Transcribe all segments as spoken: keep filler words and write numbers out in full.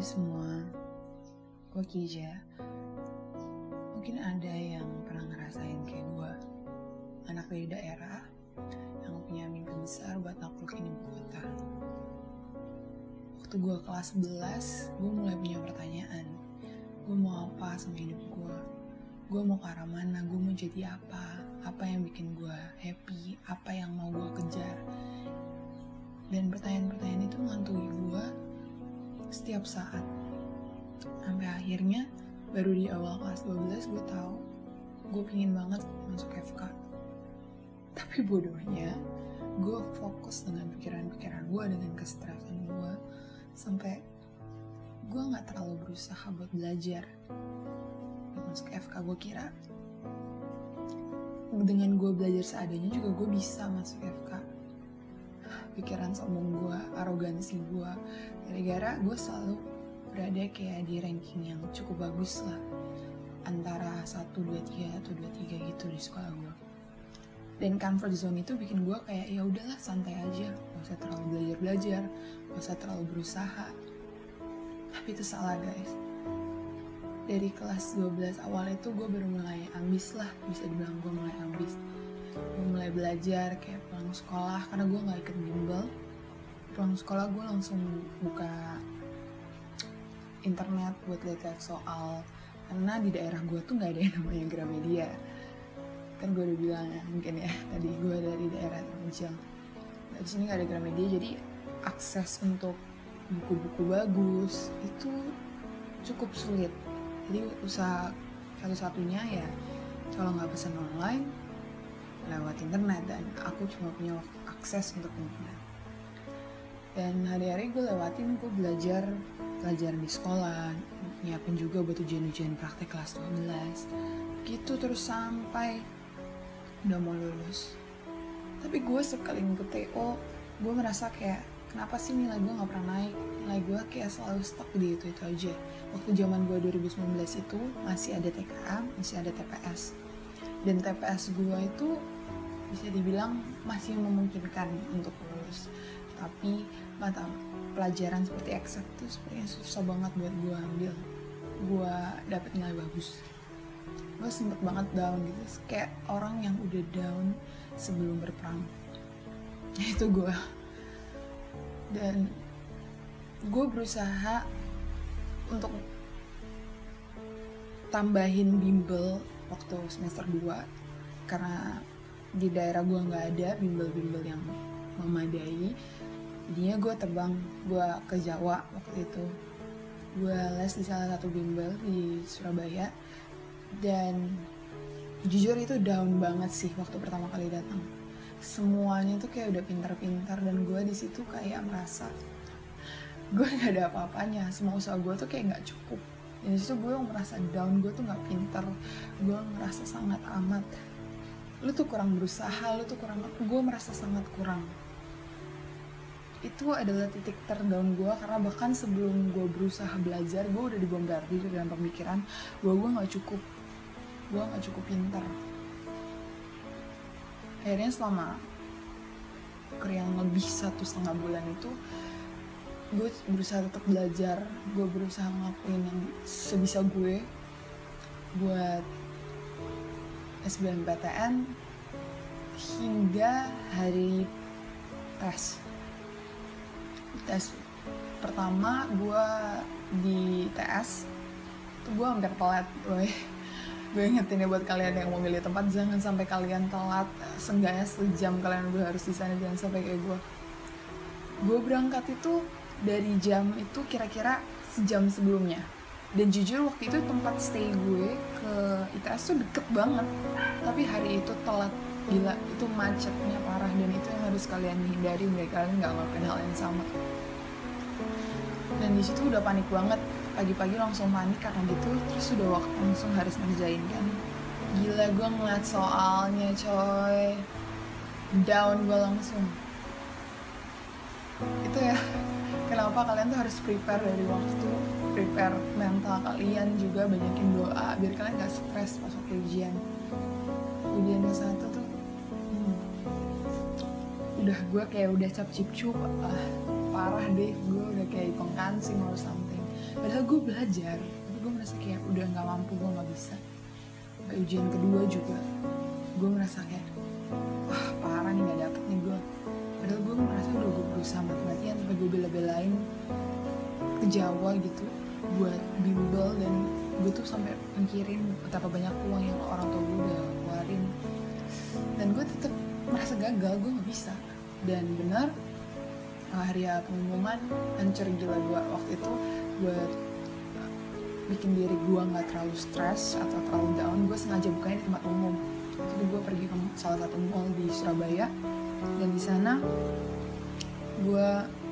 semua, gue Kija. Mungkin ada yang pernah ngerasain kayak gue, anak dari daerah yang punya mimpi besar buat naklukin ibu kota. Waktu gue kelas sebelas, gue mulai punya pertanyaan. Gue mau apa sama hidup gue? Gue mau ke arah mana? Gue mau jadi apa? Apa yang bikin gue happy? Apa yang mau gue kejar? Dan pertanyaan-pertanyaan itu menghantui gue setiap saat. Sampai akhirnya baru di awal kelas dua belas gue tahu gue pingin banget masuk F K. Tapi bodohnya gue fokus dengan pikiran-pikiran gue, dengan kestresan gue, sampai gue gak terlalu berusaha buat belajar buat masuk F K. Gue kira dengan gue belajar seadanya juga gue bisa masuk F K. Pikiran sombong gue, arogansi gue, gara-gara gue selalu berada kayak di ranking yang cukup bagus lah, antara satu, dua, tiga atau dua, tiga gitu di sekolah gue. Dan comfort zone itu bikin gue kayak ya udahlah, santai aja, gak usah terlalu belajar-belajar, gak usah terlalu berusaha. Tapi itu salah guys. Dari kelas dua belas awal itu gue baru mulai ambis lah, bisa dibilang gue mulai ambis. Gue mulai belajar kayak pulang sekolah, karena gue gak ikut bimbel. Pulang sekolah gue langsung buka internet buat lihat soal, karena di daerah gue tuh gak ada yang namanya Gramedia. Kan gue udah bilang ya, mungkin ya, tadi gue dari daerah terpencil. Nah, di sini gak ada Gramedia, jadi akses untuk buku-buku bagus itu cukup sulit. Jadi usaha satu-satunya ya kalau nggak pesan online lewat internet, dan aku cuma punya akses untuk internet. Dan hari-hari gue lewatin, gue belajar pelajaran di sekolah, nyiapin juga buat ujian-ujian praktek kelas dua belas gitu, terus sampai udah mau lulus. Tapi gue sekali ikut T O, gue merasa kayak kenapa sih nilai gue gak pernah naik. Nilai gue kayak selalu stuck di itu-itu aja. Waktu zaman gue dua ribu sembilan belas itu masih ada T K A, masih ada T P S. Dan T P S gue itu bisa dibilang masih memungkinkan untuk lulus. Tapi mata pelajaran seperti eksak itu sebenarnya susah banget buat gue ambil. Gue dapet nilai bagus. Gue sempet banget down gitu, kayak orang yang udah down sebelum berperang. Itu gue. Dan gue berusaha untuk tambahin bimbel waktu semester dua, karena di daerah gue gak ada bimbel-bimbel yang memadai. Jadinya gue terbang, gue ke Jawa waktu itu. Gue les di salah satu bimbel di Surabaya. Dan jujur itu down banget sih waktu pertama kali datang. Semuanya tuh kayak udah pintar-pintar, dan gue di situ kayak merasa gue gak ada apa-apanya. Semua usaha gue tuh kayak gak cukup. Dan di situ gue merasa down, gue tuh gak pintar, gue merasa sangat amat. Lu tuh kurang berusaha, lu tuh kurang, gue merasa sangat kurang. Itu adalah titik terdown gue, karena bahkan sebelum gue berusaha belajar, gue udah dibombardir dengan pemikiran bahwa gue gak cukup, gue gak cukup pintar. Akhirnya selama kurang lebih satu setengah bulan itu, gue berusaha tetap belajar, gue berusaha ngelakuin yang sebisa gue buat S B M P T N hingga hari tes. Tes pertama gue di T S tuh gue hampir telat, woy. Gue ingetin ya buat kalian yang mau milih tempat, jangan sampai kalian telat. Seenggaknya sejam kalian udah harus di sana, jangan sampai kayak gue. Gue berangkat itu dari jam itu kira-kira sejam sebelumnya. Dan jujur waktu itu tempat stay gue ke I T S tuh deket banget, tapi hari itu telat. Gila, itu macetnya parah, dan itu yang harus kalian hindari biar kalian nggak ngelakuin hal yang sama. Dan di situ udah panik banget, pagi-pagi langsung panik karena gitu, terus udah waktu langsung harus ngerjain kan. Gila, gue ngeliat soalnya coy, down gue langsung. Itu ya, kenapa kalian tuh harus prepare dari waktu, prepare mental kalian juga, banyakin doa biar kalian nggak stres pas waktu ujian. Ujian yang satu tuh hmm, udah gue kayak udah cap cip cup ah, parah deh, gue udah kayak ipeng kancing or something. padahal gue belajar, tapi gue merasa kayak udah nggak mampu, gue nggak bisa. Sampai ujian kedua juga gue merasa kayak wah parah nih, nggak dapet nih gue. Padahal gue merasa udah gue berusaha mati-matian sampai gue bela-belain ke Jawa gitu buat bimbel, dan gue tuh sampai mikirin betapa banyak uang yang orang tua gue udah keluarin, dan gue tetap merasa gagal, gue nggak bisa. Dan benar hari pengumuman hancur gila gue waktu itu. Buat bikin diri gue nggak terlalu stres atau terlalu down, gue sengaja bukanya di tempat umum. Jadi gue pergi ke salah satu mall di Surabaya, dan di sana gue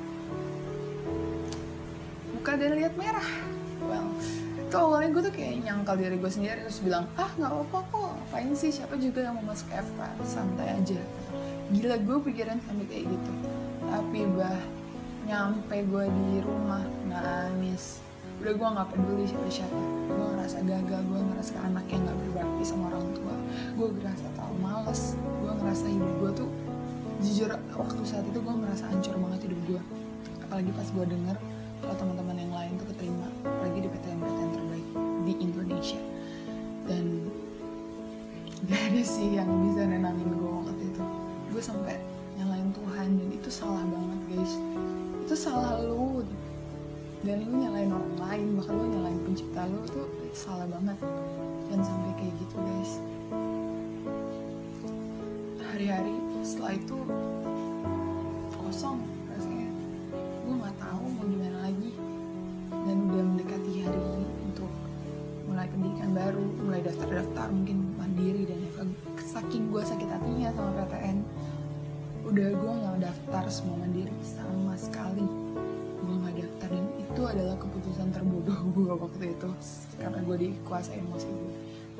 buka dan lihat merah. Well, itu awalnya gue tuh kayak nyangkal diri gue sendiri, terus bilang ah nggak apa-apa kok, ngapain sih, siapa juga yang mau masuk F K, santai aja. Gila, gue pikiran sampai kayak gitu. Tapi bah nyampe gue di rumah nangis. Udah gue nggak peduli siapa-siapa, gue ngerasa gagal, gue ngerasa anak yang nggak berbakti sama orang tua, gue ngerasa tau males, gue ngerasa hidup gue tuh jujur waktu saat itu gue ngerasa hancur banget hidup gue. Apalagi pas gue denger kalau teman-teman yang lain tuh keterima, apalagi di P T N-P T N terbaik di Indonesia. Dan gak ada sih yang bisa nenangin gue waktu itu. Gue sampai nyalain Tuhan, dan itu salah banget guys. Itu salah lu, dan lu nyalain orang lain, bahkan lu nyalain pencipta lu, tuh itu salah banget. Dan sampai kayak gitu guys. Hari-hari setelah itu kosong rasanya, gue nggak tahu mau gimana lagi. Dan udah mendekati hari ini untuk mulai pendidikan baru, mulai daftar-daftar mungkin mandiri dan F K. Saking gue sakit hatinya sama P T N, udah gue nggak daftar semua mandiri sama sekali. Gue nggak daftar, dan itu adalah keputusan terbodoh gue waktu itu, karena gue dikuasai emosi gue.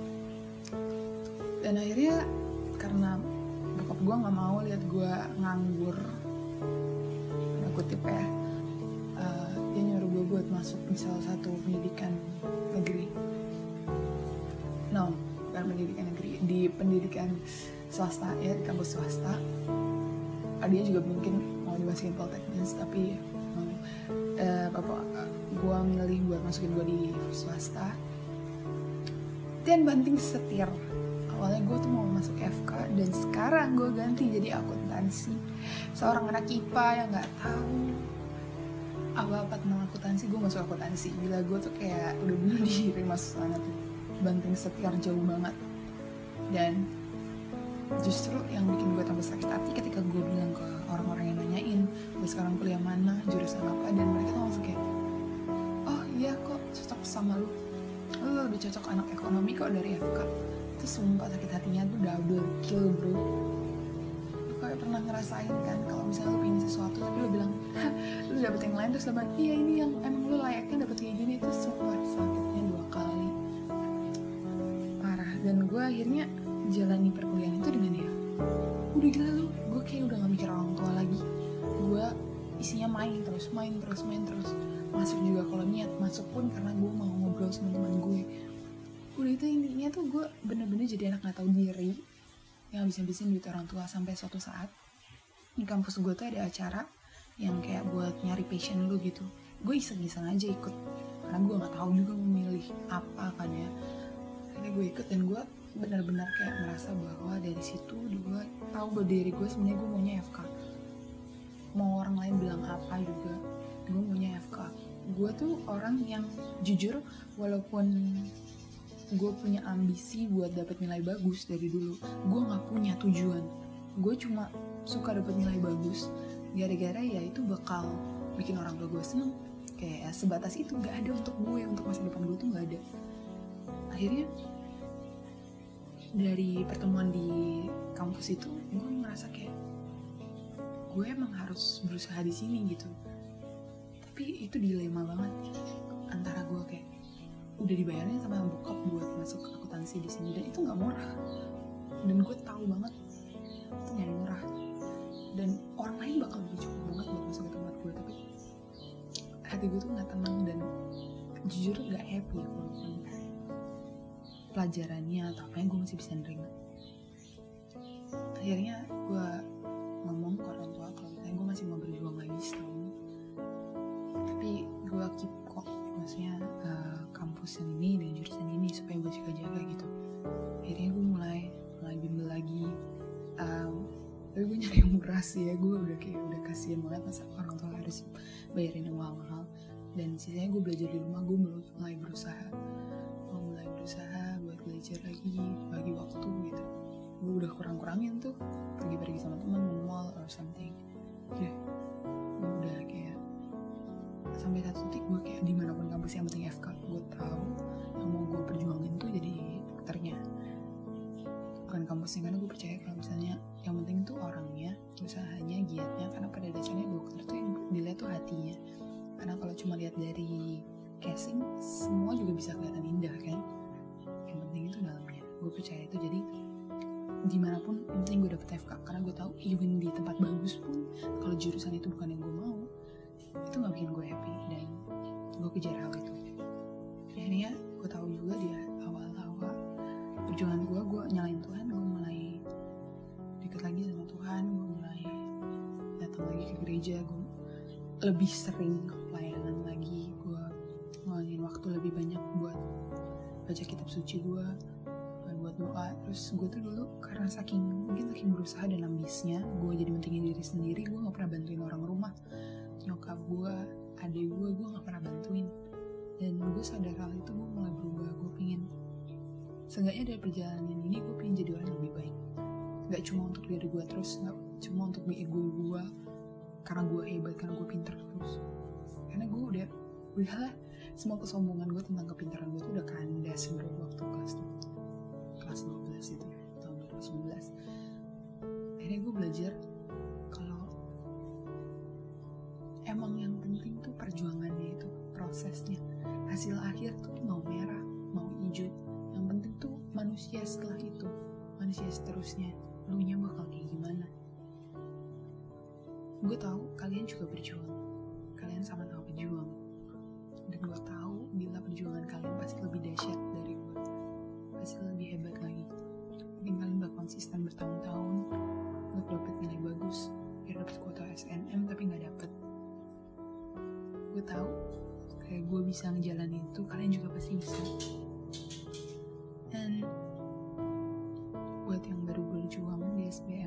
Dan akhirnya karena bokap gue nggak mau lihat gue nganggur, tanda kutip ya, uh, dia nyuruh gue buat masuk di salah satu pendidikan negeri. No, bukan pendidikan negeri, di pendidikan swasta ya, di kampus swasta. Uh, dia juga mungkin mau dimasukin Polteknis, tapi mau. Uh, bapak uh, gue milih buat masukin gue di swasta. Dan banting setir, awalnya gue tuh mau masuk F K, dan sekarang gue ganti jadi akuntansi. Seorang anak I P A yang nggak tahu apa-apa tentang akuntansi, gue masuk akuntansi. Gila, gue tuh kayak udah bunuh diri masuk sana tuh, banting setir jauh banget. Dan justru yang bikin gue tambah sakit hati ketika gue bilang ke orang-orang yang nanyain gue sekarang kuliah mana, jurusan apa, dan mereka tuh langsung kayak oh iya kok cocok sama lu, lu lebih cocok anak ekonomi kok dari F K. Itu sumpah sakit hatinya tuh double kill bro. Lu kayak pernah ngerasain kan kalau misalnya lu pengen sesuatu tapi lu bilang hah lu dapet yang lain, terus dapat iya ini yang emang lu layaknya dapet kayak gini, itu sumpah sakitnya dua kali parah. Dan gue akhirnya jalani perkuliahan itu dengan ya udah gila lu, gue kayak udah gak mikir orang tua lagi. Gue isinya main terus, main terus, main terus. Masuk juga kalau niat masuk pun karena gue mau ngobrol sama teman gue. Udah itu intinya tuh gue bener-bener jadi anak gak tahu diri yang habis-habisin duit orang tua. Sampai suatu saat di kampus gue tuh ada acara yang kayak buat nyari passion lu gitu. Gue iseng-iseng aja ikut karena gue gak tahu juga memilih apa kan ya. Akhirnya gue ikut, dan gue benar-benar kayak merasa bahwa dari situ gue tahu bahwa diri gue sebenarnya gue maunya F K. Mau orang lain bilang apa juga, gue maunya F K. Gue tuh orang yang jujur, walaupun gue punya ambisi buat dapet nilai bagus dari dulu, gue nggak punya tujuan. Gue cuma suka dapet nilai bagus gara-gara ya itu bakal bikin orang tua gue seneng. Kayak ya, sebatas itu, nggak ada untuk gue, untuk masa depan gue tuh nggak ada. Akhirnya dari pertemuan di kampus itu gue merasa kayak gue emang harus berusaha di sini gitu. Tapi itu dilema banget antara gue kayak udah dibayarin sama bokap buat masuk akuntansi di sini, dan itu nggak murah, dan gue tahu banget itu nggak murah, dan orang lain bakal lebih cukup banget buat masuk ke tempat gue. Tapi hati gue tuh nggak tenang, dan jujur nggak happy walaupun pelajarannya atau apa yang gue masih bisa nerima. Akhirnya gue ngomong ke orang tua kalau gue masih mau berjuang lagi setahun, tapi gue keep kok maksudnya uh, kampus yang ini dan jurusan ini supaya gue jaga-jaga gitu. Akhirnya gue mulai mulai bimbel lagi, um, tapi gue nyari yang murah sih ya. Gue udah kayak udah kasihan banget masa orang tua harus bayarin yang mahal-mahal, dan sisanya gue belajar di rumah. Gue mulai berusaha gue mulai berusaha buat belajar lagi, bagi waktu gitu. Gue udah kurang-kurangin tuh pergi-pergi sama teman, mall or something. Udah gue udah kayak sampai satu titik gue kayak dimanapun kampus yang penting F K, gue tahu yang mau gue perjuangin tuh jadi dokternya, bukan kampusnya. Karena gue percaya kalau misalnya yang penting tuh orangnya, usahanya, giatnya. Karena pada dasarnya dokter tuh yang dilihat tuh hatinya. Karena kalau cuma lihat dari casing, semua juga bisa kelihatan indah kan, yang penting itu dalamnya. Gue percaya itu. Jadi dimanapun yang penting gue dapet F K, karena gue tahu even di tempat bagus pun kalau jurusan itu bukan yang gue mau, itu gak bikin gue happy, dan gue kejar hal itu. Akhirnya gue tahu juga di awal-awal perjuangan gue, gue nyalain Tuhan. Gue mulai deket lagi sama Tuhan, gue mulai datang lagi ke gereja, gue lebih sering pelayanan lagi, gue ngeluangin waktu lebih banyak buat baca kitab suci gue, buat doa. Terus gue tuh dulu karena saking mungkin saking berusaha dan ambisnya, gue jadi mentingin diri sendiri. Gue nggak pernah bantuin orang rumah, nyokap gue, adik gue, gue nggak pernah bantuin. Dan gue sadar hal itu, gue mulai berubah. Gue pingin seenggaknya dari perjalanan ini gue pingin jadi orang yang lebih baik. Gak cuma untuk diri gue terus, gak cuma untuk ego gue karena gue hebat, karena gue pintar terus. Karena gue udah udahlah, semua kesombongan gue tentang kepintaran gue tuh udah kandas sebenarnya waktu kelas kelas dua belas itu, tahun dua ribu sembilan belas. Akhirnya gue belajar kalau emang yang penting tuh perjuangannya, itu prosesnya. Hasil akhir tuh mau merah mau hijau, yang penting tuh manusia setelah itu, manusia seterusnya, lu nya bakal kayak gimana. Gue tahu kalian juga berjuang, kalian sama-sama berjuang, dan gue tahu bila perjuangan kalian pasti lebih dahsyat dari gue, pasti lebih hebat lagi. Mungkin kalian udah konsisten bertahun-tahun untuk dapet nilai bagus, biar dapet kuota S N M tapi nggak dapet. Gue tahu kayak gue bisa ngejalanin itu, kalian juga pasti bisa. Dan buat yang baru berjuang di S B M,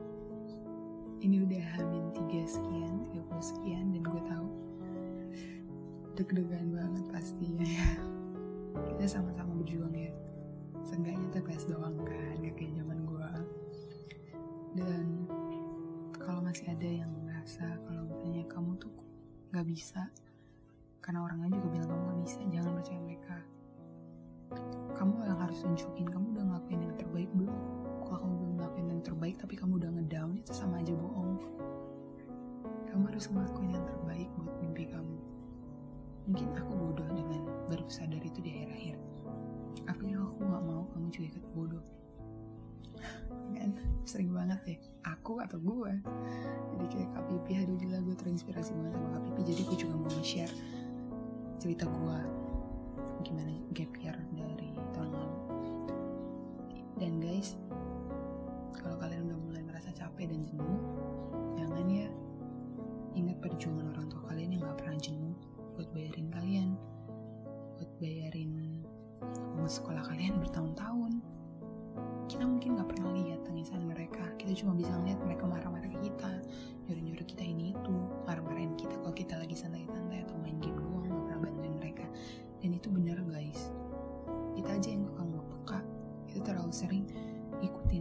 ini udah hamin tiga sekian, tiga puluh sekian, dan gue tahu deg-degan banget pastinya ya. Kita sama-sama berjuang ya. Seenggaknya T P S doang kan, gak kayak zaman gue. Dan kalau masih ada yang merasa kalau misalnya kamu tuh gak bisa, karena orang lain juga bilang kamu gak bisa, jangan percaya mereka. Kamu yang harus tunjukin, kamu udah ngelakuin yang terbaik belum? Kalau kamu belum ngelakuin yang terbaik tapi kamu udah ngedown, itu sama aja bohong. Kamu harus ngelakuin yang terbaik buat mimpi kamu. Mungkin aku bodoh dengan baru sadar itu di akhir-akhir. Akhirnya aku gak mau kamu juga ikut bodoh. Kan sering banget deh, aku atau gue. Jadi kayak Kak Pipi, aduh gila gue terinspirasi banget sama Kak Pipi. Jadi gue juga mau nge-share cerita gue gimana gap year dari tahun lalu. Dan guys, kalau kalian udah mulai merasa capek dan jenuh, jangan ya, ingat perjuangan orang tua kalian yang gak pernah jenuh buat bayarin kalian, buat bayarin uang sekolah kalian bertahun-tahun. Kita mungkin gak pernah lihat tangisan mereka, kita cuma bisa lihat mereka marah-marah ke kita, nyuruh-nyuruh kita ini itu, marah-marahin kita kalau kita lagi santai-santai atau main game doang, gak pernah bantuin mereka. Dan itu benar guys, kita aja yang suka gak peka, itu terlalu sering ikutin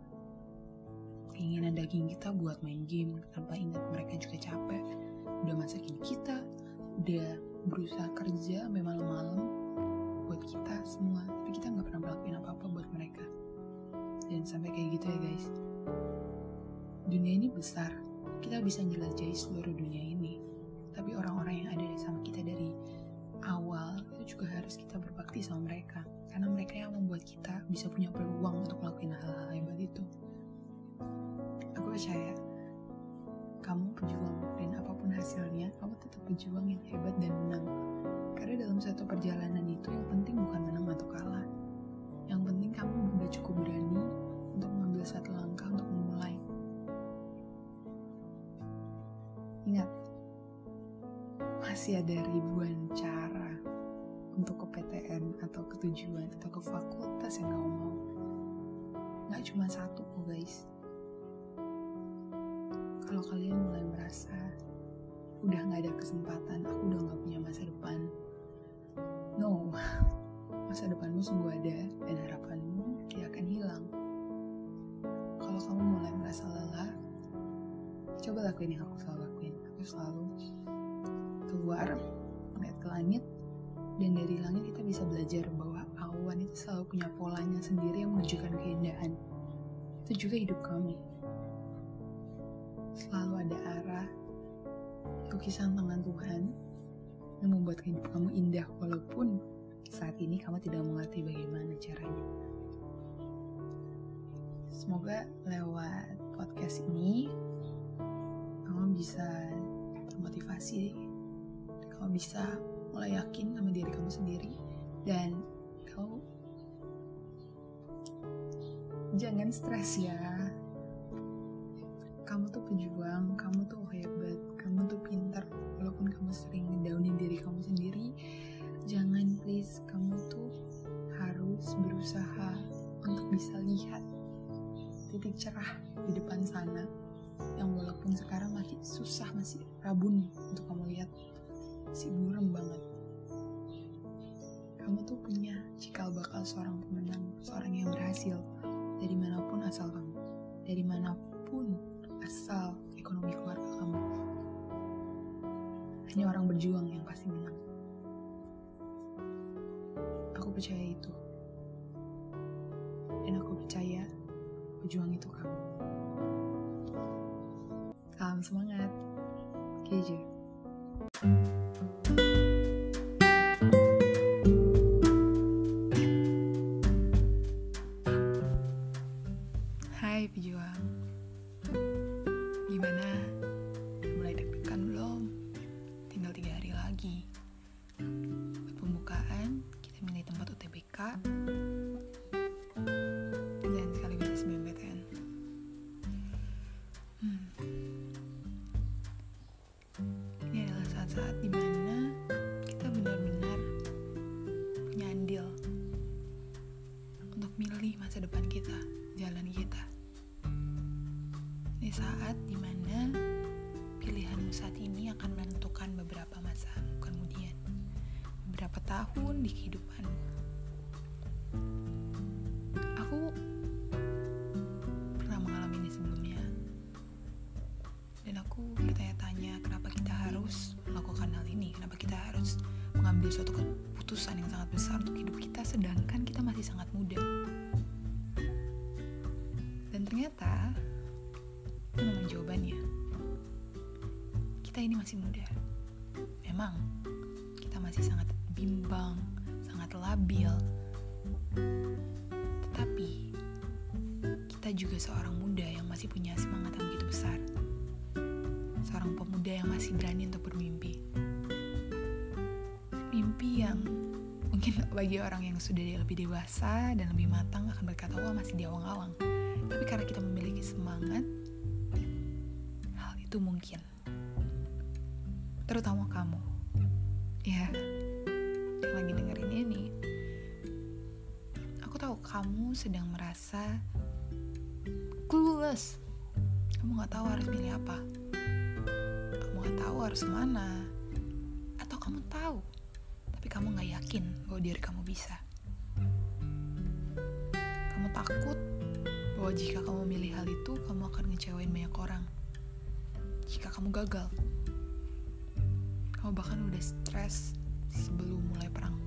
keinginan daging kita buat main game tanpa ingat mereka juga capek, udah masakin kita, udah berusaha kerja sampai malam-malam buat kita semua, tapi kita gak pernah melakukan apa-apa buat mereka. Dan sampai kayak gitu ya guys, dunia ini besar, kita bisa jelajahi seluruh dunia ini, tapi orang-orang yang ada sama kita dari awal itu juga harus kita berbakti sama mereka, karena mereka yang membuat kita bisa punya peluang untuk melakukan hal-hal hebat itu. Aku percaya kamu pejuang, dan apapun hasilnya kamu tetap pejuang yang hebat dan menang. Karena dalam satu perjalanan itu yang penting bukan menang atau kalah, yang penting kamu udah cukup berani untuk mengambil satu langkah untuk memulai. Ingat, masih ada ribuan cara atau ke tujuan atau ke fakultas yang kamu mau. Gak cuma satu kok guys. Kalau kalian mulai merasa udah gak ada kesempatan, aku udah gak punya masa depan, no, masa depanmu sungguh ada dan harapanmu tidak akan hilang. Kalau kamu mulai merasa lelah, coba lakuin yang aku selalu lakuin. Aku selalu keluar, ngeliat ke langit, dan dari langit kita bisa belajar bahwa awan itu selalu punya polanya sendiri yang menunjukkan keindahan. Itu juga hidup kamu. Selalu ada arah, lukisan tangan Tuhan yang membuat hidup kamu indah walaupun saat ini kamu tidak mengerti bagaimana caranya. Semoga lewat podcast ini kamu bisa termotivasi, kamu bisa mulai yakin sama diri kamu sendiri, dan kamu jangan stres ya. Kamu tuh pejuang, kamu tuh hebat, kamu tuh pintar. Walaupun kamu sering ngedownin diri kamu sendiri, jangan please, kamu tuh harus berusaha untuk bisa lihat titik cerah di depan sana yang walaupun sekarang masih susah, masih rabun untuk kamu lihat, masih buram banget. Kamu tuh punya cikal bakal seorang pemenang, seorang yang berhasil dari manapun asal kamu, dari manapun asal ekonomi keluarga kamu. Hanya orang berjuang yang pasti menang. Aku percaya itu, dan aku percaya pejuang itu kamu. Salam semangat, Keja. Hai pejuang, gimana? Mulai deg-degan belum? Tinggal tiga hari lagi. Buat pembukaan, kita milih tempat U T B K dan sekaligus S B M P T N. Hmm. Ini adalah saat-saat dimana kita benar-benar punya andil untuk milih masa depan kita, jalan kita. Ini saat dimana pilihanmu saat ini akan menentukan beberapa masa kemudian, beberapa tahun di kehidupan. Aku pernah mengalami ini sebelumnya, dan aku bertanya-tanya kenapa kita harus melakukan hal ini, kenapa kita harus mengambil suatu keputusan yang sangat besar untuk hidup kita sedangkan kita masih sangat muda. Dan ternyata itu memang jawabannya. Kita ini masih muda. Memang kita masih sangat bimbang, sangat labil. Tetapi kita juga seorang muda yang masih punya semangat yang begitu besar. Seorang pemuda yang masih berani untuk bermimpi. Mimpi yang mungkin bagi orang yang sudah lebih dewasa dan lebih matang akan berkata, wah masih di awang-awang. Tapi karena kita memiliki semangat, hal itu mungkin. Terutama kamu, ya, yang lagi dengerin ini. Aku tahu kamu sedang merasa clueless. Kamu gak tahu harus milih apa. Kamu gak tahu harus mana. Atau kamu tahu, tapi kamu gak yakin bahwa diri kamu bisa. Kamu takut bahwa jika kamu memilih hal itu, kamu akan ngecewain banyak orang. Jika kamu gagal, kamu bahkan udah stres sebelum mulai perang.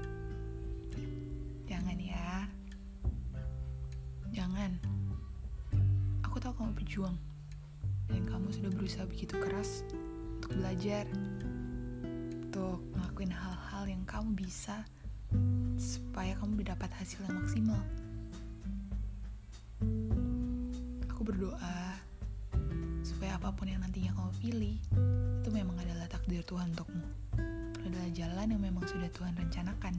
Jangan ya. Jangan. Aku tahu kamu pejuang. Dan kamu sudah berusaha begitu keras untuk belajar, untuk ngelakuin hal-hal yang kamu bisa supaya kamu mendapat hasil yang maksimal. Aku berdoa supaya apapun yang nantinya kamu pilih itu memang adalah takdir Tuhan untukmu. Itu adalah jalan yang memang sudah Tuhan rencanakan.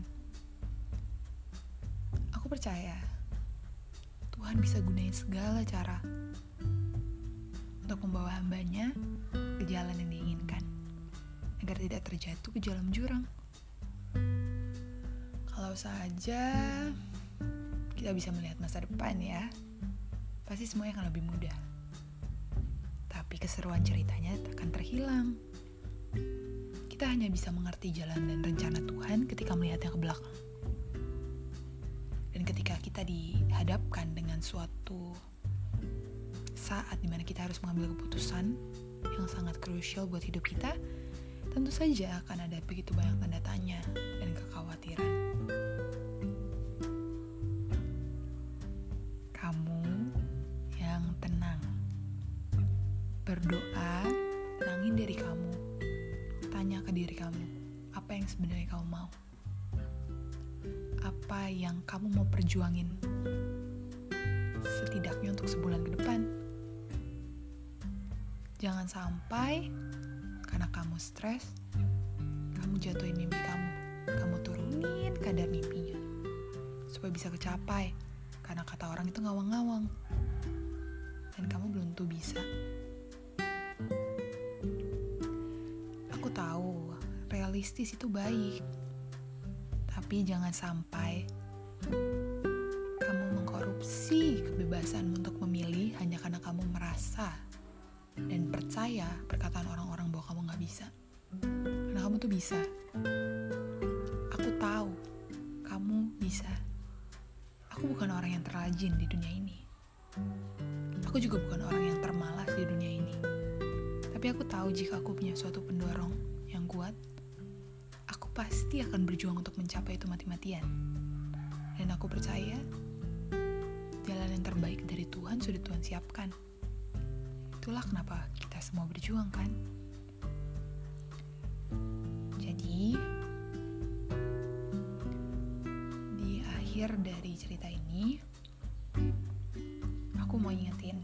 Aku percaya Tuhan bisa gunain segala cara untuk membawa hambanya ke jalan yang diinginkan, agar tidak terjatuh ke dalam jurang. Kalau Kalau saja kita bisa melihat masa depan ya, pasti semuanya akan lebih mudah. Tapi keseruan ceritanya tak akan terhilang. Kita hanya bisa mengerti jalan dan rencana Tuhan ketika melihatnya ke belakang. Dan ketika kita dihadapkan dengan suatu saat dimana kita harus mengambil keputusan yang sangat krusial buat hidup kita, tentu saja akan ada begitu banyak tanda tanya dan kekhawatiran. Kamu yang tenang, berdoa, tenangin diri kamu, tanya ke diri kamu, apa yang sebenarnya kamu mau? Apa yang kamu mau perjuangin? Setidaknya untuk sebulan ke depan. Jangan sampai karena kamu stres, kamu jatuhin mimpi kamu. Kamu turunin kadar mimpinya supaya bisa kecapai. Karena kata orang itu ngawang-ngawang. Dan kamu belum tentu bisa. Aku tahu, realistis itu baik. Tapi jangan sampai kamu mengkorupsi kebebasan untuk memilih hanya karena kamu merasa dan percaya perkataan orang-orang bahwa kamu gak bisa. Karena kamu tuh bisa. Aku tahu kamu bisa. Aku bukan orang yang terrajin di dunia ini. Aku juga bukan orang yang termalas di dunia ini. Tapi aku tahu jika aku punya suatu pendorong yang kuat, aku pasti akan berjuang untuk mencapai itu mati-matian. Dan aku percaya jalan yang terbaik dari Tuhan sudah Tuhan siapkan. Itulah kenapa kita semua berjuang kan. Jadi di akhir dari cerita ini, aku mau ingetin,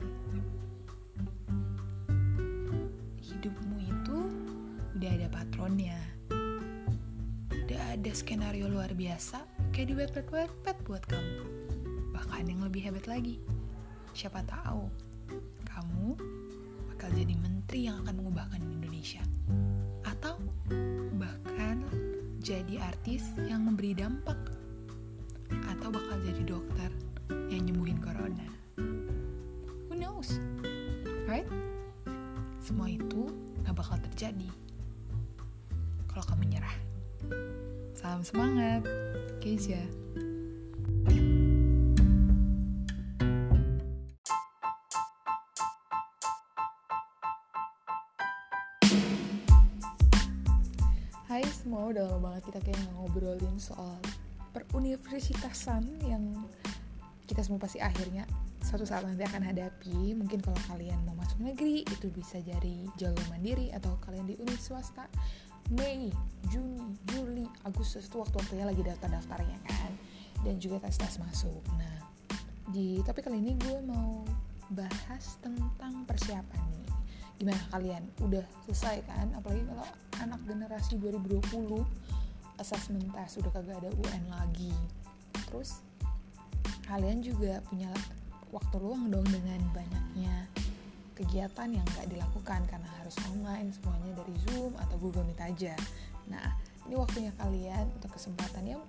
hidupmu itu udah ada patronnya. Udah ada skenario luar biasa kayak di Wattpad-Wattpad buat kamu. Bahkan yang lebih hebat lagi, siapa tahu kamu bakal jadi menteri yang akan mengubahkan Indonesia, atau bahkan jadi artis yang memberi dampak, atau bakal jadi dokter yang nyembuhin corona. Who knows, right? Semua itu gak bakal terjadi kalau kamu nyerah. Salam semangat, Keisha. Hai semua, udah lama banget kita kayak ngobrolin soal peruniversitasan yang kita semua pasti akhirnya suatu saat nanti akan hadapi. Mungkin kalau kalian mau masuk negeri, itu bisa jadi jalur mandiri, atau kalian di univ swasta, Mei, Juni, Juli, Agustus itu waktu-waktunya lagi daftar-daftarnya kan, dan juga tes-tes masuk. Nah, di topik kali ini gue mau bahas tentang persiapan nih. Gimana kalian? Udah selesai kan? Apalagi kalau anak generasi dua ribu dua puluh, asesmen tes udah kagak ada U N lagi. Terus kalian juga punya waktu luang dong dengan banyaknya kegiatan yang gak dilakukan karena harus online, semuanya dari Zoom atau Google Meet aja. Nah, ini waktunya kalian untuk kesempatan yang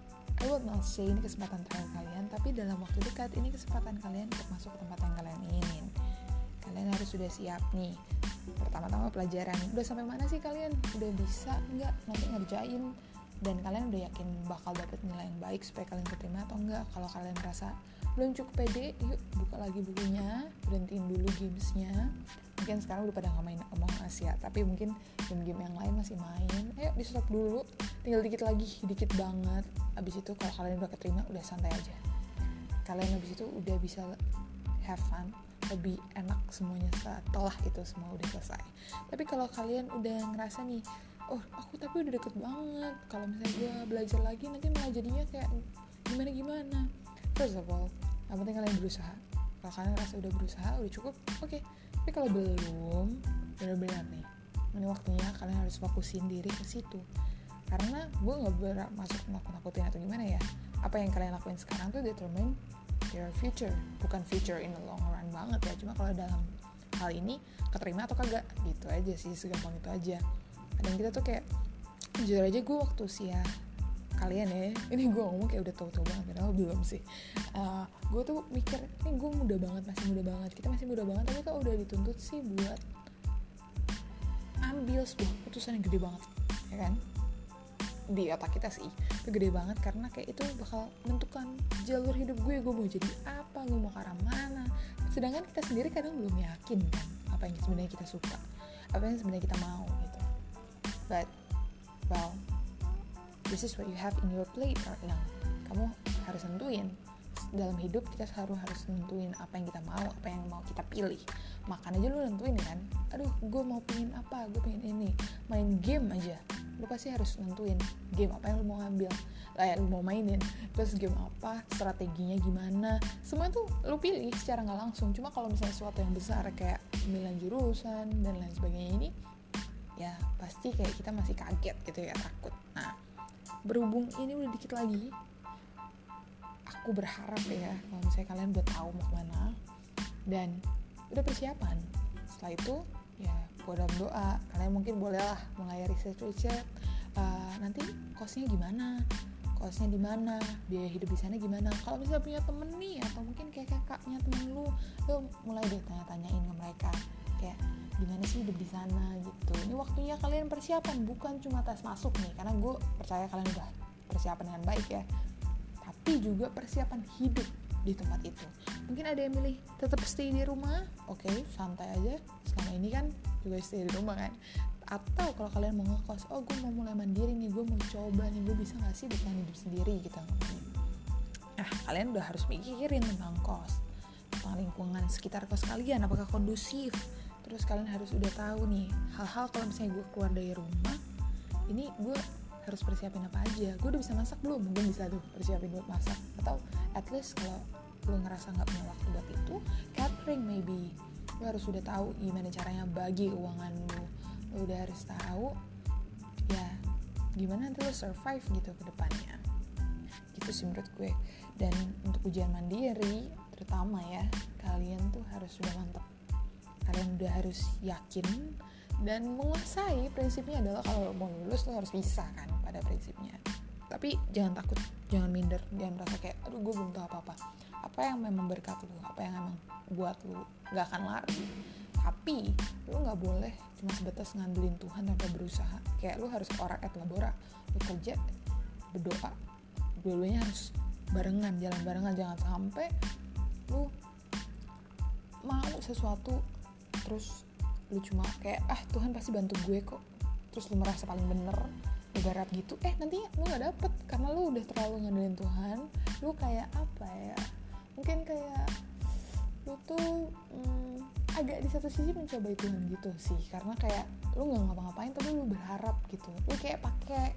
I would not say ini kesempatan terakhir kalian, tapi dalam waktu dekat ini kesempatan kalian untuk masuk ke tempat yang kalian inginin. Kalian harus sudah siap nih. Pertama-tama pelajaran, udah sampai mana sih kalian? Udah bisa nggak nanti ngerjain? Dan kalian udah yakin bakal dapet nilai yang baik supaya kalian keterima atau enggak? Kalau kalian merasa belum cukup pede, yuk buka lagi bukunya, berhentiin dulu gamesnya. Mungkin sekarang udah pada nggak main Among Us ya, tapi mungkin game-game yang lain masih main. Ayo di stop dulu, tinggal dikit lagi, dikit banget. Abis itu kalau kalian udah keterima, udah santai aja. Kalian abis itu udah bisa have fun, lebih enak semuanya setelah itu semua udah selesai. Tapi kalau kalian udah ngerasa nih, oh aku tapi udah deket banget, kalau misalnya gue belajar lagi nanti malah jadinya kayak gimana-gimana. First of all, yang penting kalian berusaha. Kalau kalian ngerasa udah berusaha, udah cukup, oke. Okay. Tapi kalau belum, benar-benar nih, ini waktunya kalian harus fokusin diri ke situ. Karena gue gak bermaksud nakut-nakutin atau gimana ya. Apa yang kalian lakuin sekarang tuh determine your future. Bukan future in the long run banget ya. Cuma kalau dalam hal ini, keterima atau kagak, gitu aja sih, segampang itu aja. Kadang kita tuh kayak, jujur aja gue waktu usia kalian ya, ini gue ngomong kayak udah tua-tua banget, padahal belum sih. Uh, gue tuh mikir, ini gue muda banget, masih muda banget, kita masih muda banget, tapi kok udah dituntut sih buat ambil sebuah keputusan yang gede banget, ya kan? Di otak kita sih, itu gede banget karena kayak itu bakal menentukan jalur hidup gue, gue mau jadi apa, gue mau ke arah mana. Sedangkan kita sendiri kadang belum yakin kan apa yang sebenarnya kita suka, apa yang sebenarnya kita mau gitu. But well, this is what you have in your plate right now. Kamu harus nentuin. Dalam hidup kita harus harus nentuin apa yang kita mau, apa yang mau kita pilih. Makan aja lu nentuin kan. Aduh, gue mau pengen apa, gue pengen ini. Main game aja, lu pasti harus nentuin game apa yang lu mau ambil, kayak lu mau mainin. Terus game apa, strateginya gimana. Semua tuh lu pilih secara nggak langsung. Cuma kalau misalnya sesuatu yang besar kayak pemilihan jurusan dan lain sebagainya ini, ya pasti kayak kita masih kaget gitu ya, takut. Nah, berhubung ini udah dikit lagi, aku berharap ya kalau misalnya kalian udah tahu mau kemana dan udah persiapan. Setelah itu ya gue dalam doa, kalian mungkin bolehlah mulai research-research uh, nanti kosnya gimana, kosnya di mana, biaya hidup di sana gimana. Kalau misalnya punya temen nih, atau mungkin kayak kakaknya temen lu, lu mulai deh tanya-tanyain ke mereka kayak gimana sih hidup di sana gitu. Ini waktunya kalian persiapan, bukan cuma tes masuk nih, karena gue percaya kalian udah persiapan dengan baik ya, tapi juga persiapan hidup di tempat itu. Mungkin ada yang milih tetap stay di rumah, oke, okay, santai aja. Selama ini kan juga stay di rumah kan. Atau kalau kalian mau ngekos, oh gue mau mulai mandiri nih, gue mau coba nih, gue bisa gak sih bertahan hidup sendiri gitu. Nah, kalian udah harus mikirin tentang kos, tentang lingkungan sekitar kos kalian, apakah kondusif. Terus kalian harus udah tahu nih, hal-hal kalau misalnya gue keluar dari rumah, ini gue harus persiapin apa aja. Gue udah bisa masak belum? Mungkin bisa tuh persiapin buat masak. Atau at least kalau lo ngerasa gak punya waktu buat itu, catering maybe. Lo harus udah tahu gimana caranya bagi keuangan lo. Lo udah harus tahu ya gimana nanti lo survive gitu ke depannya. Gitu sih menurut gue. Dan untuk ujian mandiri terutama ya, kalian tuh harus sudah mantap. Kalian udah harus yakin dan menguasai. Prinsipnya adalah kalau mau lulus lo harus bisa kan pada prinsipnya. Tapi jangan takut, jangan minder, jangan merasa kayak aduh gue belum tahu apa-apa. Apa yang memang berkat lo, apa yang memang buat lo gak akan lari. Tapi lo gak boleh cuma sebatas ngandelin Tuhan tanpa berusaha. Kayak lo harus orang et labora, lo kerja, berdoa, dua-duanya harus barengan, jalan barengan. Jangan sampai lo mau sesuatu terus lu cuma kayak ah Tuhan pasti bantu gue kok, terus lu merasa paling bener, lu garap gitu, eh nantinya lu gak dapet karena lu udah terlalu ngandelin Tuhan. Lu kayak apa ya, mungkin kayak lu tuh hmm, agak di satu sisi mencobai Tuhan gitu sih, karena kayak lu gak ngapa-ngapain tapi lu berharap gitu. Lu kayak pakai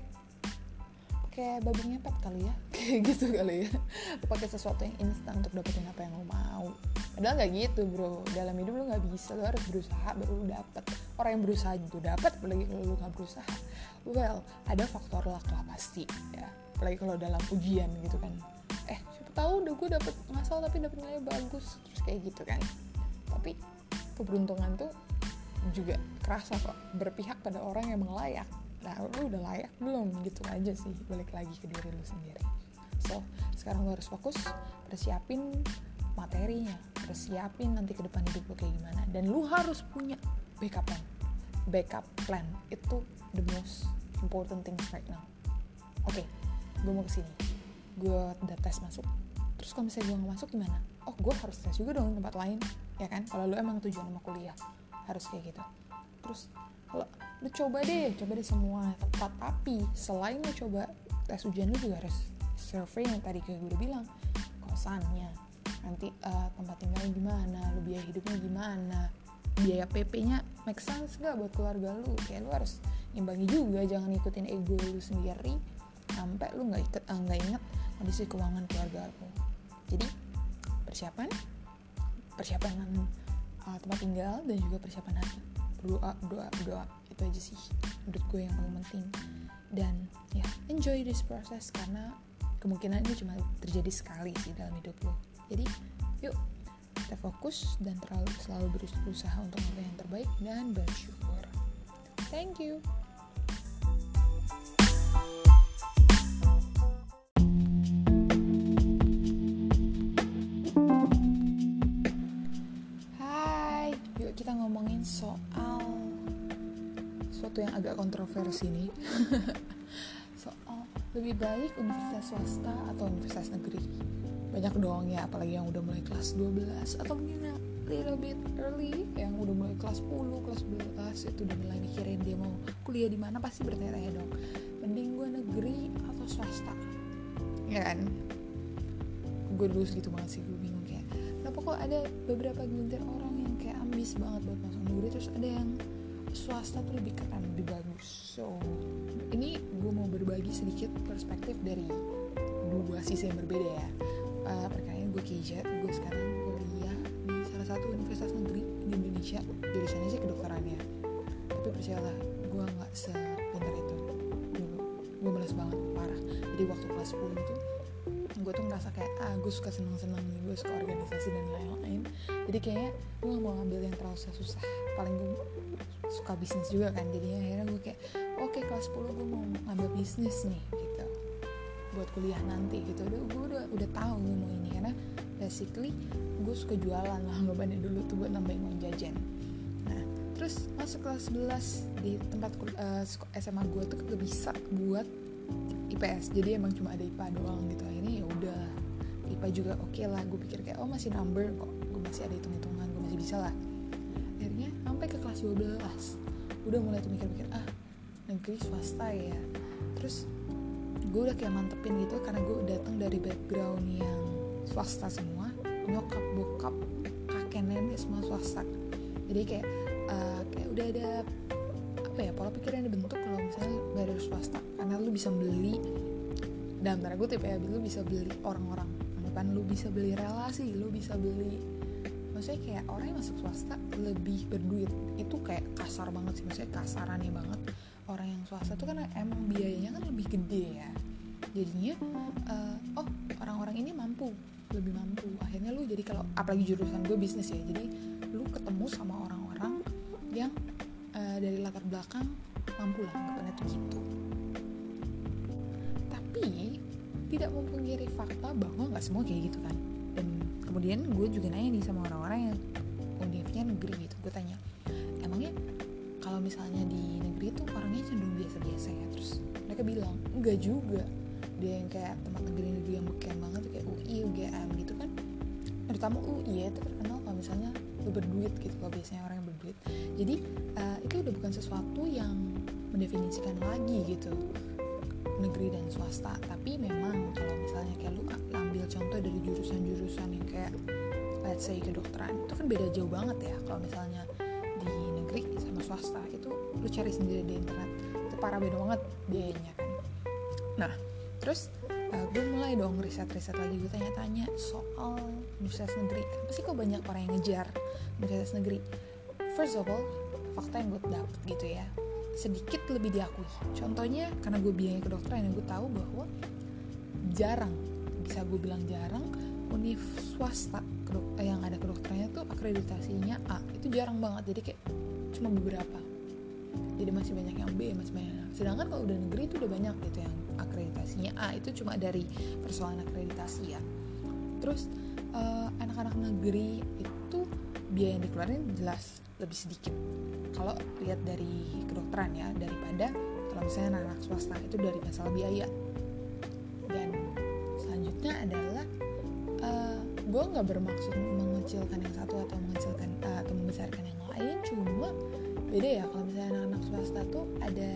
kayak babi ngepet kali ya, kayak gitu kali ya. Lu pakai sesuatu yang instan untuk dapetin apa yang lu mau. Padahal nggak gitu bro, dalam hidup lu nggak bisa, lu harus berusaha baru lu dapet. Orang yang berusaha itu dapet, apalagi kalau lu nggak berusaha. Well, ada faktor luck lah pasti ya, apalagi kalau dalam ujian gitu kan. Eh siapa tahu udah gue dapet ngasal tapi dapet nilai bagus, terus kayak gitu kan. Tapi keberuntungan tuh juga kerasa kok, berpihak pada orang yang emang layak. Nah lu udah layak belum, gitu aja sih, balik lagi ke diri lu sendiri. So sekarang lu harus fokus persiapin materinya, persiapin nanti ke depan hidup lu kayak gimana, dan lu harus punya backup plan. Backup plan itu the most important things right now. Oke, okay, gue mau kesini, gue udah tes masuk, terus kalau misalnya gue nggak masuk gimana? Oh gue harus tes juga dong tempat lain, ya kan? Kalau lu emang tujuan mau kuliah harus kayak gitu. Terus kalau lu coba deh, coba deh semua tempat, tapi selain lu coba tes ujian, lu juga harus survei yang tadi kayak gue udah bilang, kosannya, nanti uh, tempat tinggalnya gimana, lu biaya hidupnya gimana, biaya P P-nya make sense gak buat keluarga lu. Kayak lu harus imbangi juga, jangan ikutin ego lu sendiri sampai lu nggak ikut nggak uh, inget kondisi keuangan keluarga lu. Jadi persiapan, persiapan uh, tempat tinggal dan juga persiapan hati. Berdoa, berdoa, berdoa, itu aja sih menurut gue yang paling penting. Dan ya enjoy this process karena kemungkinan ini cuma terjadi sekali sih dalam hidup lo. Jadi yuk kita fokus dan terlalu selalu berusaha untuk melakukan yang terbaik dan bersyukur. Thank you. sesuatu yang agak kontroversi nih. Soal lebih baik universitas swasta atau universitas negeri. Banyak dong ya, apalagi yang udah mulai kelas dua belas atau mungkin yang little bit early, yang udah mulai kelas sepuluh, kelas sebelas itu udah mulai mikirin dia mau kuliah di mana, pasti bertanya-tanya dong, mending gue negeri atau swasta, ya kan? Gue dulu segitu banget sih, gue bingung kayak kenapa kok ada beberapa gelintir orang yang kayak ambis banget buat masuk negeri, terus ada yang swasta tuh lebih keren, lebih bagus. So ini gue mau berbagi sedikit perspektif dari dua sisi yang berbeda ya. Uh, perkenalkan gue Keija, gue sekarang kuliah di salah satu universitas negeri di Indonesia, jurusannya sih kedokterannya. Tapi percayalah, gue nggak sepintar itu dulu, gue malas banget, parah. Jadi waktu kelas sepuluh tuh gue tuh ngerasa kayak ah gue suka seneng-seneng nih, gue suka organisasi dan lain-lain. Jadi kayaknya gue gak mau ngambil yang terlalu susah, paling gue suka bisnis juga kan. Jadinya akhirnya gue kayak oke okay, kelas sepuluh gue mau ngambil bisnis nih gitu buat kuliah nanti gitu. Udah gue udah udah tahu gue mau ini karena basically gue suka jualan lah anggapannya dulu tuh buat nambahin uang jajan. Nah terus masuk kelas sebelas di tempat uh, S M A gue tuh kagak bisa buat I P S, jadi emang cuma ada I P A doang gitu. Akhirnya ya udah I P A juga oke okay lah, gue pikir kayak oh masih number kok, gue masih ada hitung-hitungan, gue masih bisa lah. Akhirnya sampai ke kelas dua belas udah mulai tuh mikir-mikir ah negeri swasta ya. Terus gue udah kayak mantepin gitu karena gue datang dari background yang swasta semua, nyokap bokap kakek nenek semua swasta. Jadi kayak uh, kayak udah ada apa ya, pola pikir yang dibentuk kalau misalnya bayar swasta, karena lu bisa beli dalam tanda kutip ya, lu bisa beli orang-orang, anggapan lu bisa beli relasi, lu bisa beli, maksudnya kayak orang yang masuk swasta lebih berduit. Itu kayak kasar banget sih, maksudnya kasarannya banget. Orang yang swasta tuh kan emang biayanya kan lebih gede ya, jadinya uh, oh orang-orang ini mampu, lebih mampu. Akhirnya lu jadi kalau apalagi jurusan gue bisnis ya, jadi lu ketemu sama orang-orang yang uh, dari latar belakang mampu lah, anggapannya tuh gitu. Tapi tidak memungkiri fakta bahwa nggak semua kayak gitu kan. Dan kemudian gue juga nanya nih sama orang-orang yang univnya negeri gitu, gue tanya emangnya kalau misalnya di negeri tuh orangnya cenderung biasa-biasa ya? Terus mereka bilang enggak juga, dia yang kayak tempat negeri-negeri yang beken banget kayak U I, U G M gitu kan, terutama U I ya, itu terkenal kalau misalnya lu berduit gitu, kalau biasanya orang yang berduit. Jadi uh, itu udah bukan sesuatu yang mendefinisikan lagi gitu negeri dan swasta. Tapi memang kalau misalnya kayak lu ambil contoh dari jurusan-jurusan yang kayak let's say kedokteran, itu kan beda jauh banget ya. Kalau misalnya di negeri sama swasta itu lu cari sendiri di internet, itu parah beda banget biayanya kan. Nah terus uh, gue mulai dong riset-riset lagi, gue tanya-tanya soal universitas negeri. Kenapa sih kok banyak orang yang ngejar universitas negeri? First of all, fakta yang gue dapet gitu ya, sedikit lebih diakui. Contohnya karena gue biayanya kedokteran, yang gue tahu bahwa jarang, bisa gue bilang jarang, univ swasta kedok- yang ada kedokterannya tuh akreditasinya A, itu jarang banget. Jadi kayak cuma beberapa, jadi masih banyak yang B, masih banyak. Sedangkan kalau udah negeri itu udah banyak gitu yang akreditasinya A, itu cuma dari persoalan akreditasi ya. Terus uh, anak-anak negeri itu biaya yang dikeluarin jelas lebih sedikit kalau lihat dari kedokteran ya, daripada kalau misalnya anak-anak swasta itu dari masalah biaya. Dan selanjutnya adalah uh, gue nggak bermaksud mengecilkan yang satu atau mengecilkan uh, atau membesarkan yang lain, cuma beda ya. Kalau misalnya anak-anak swasta tuh ada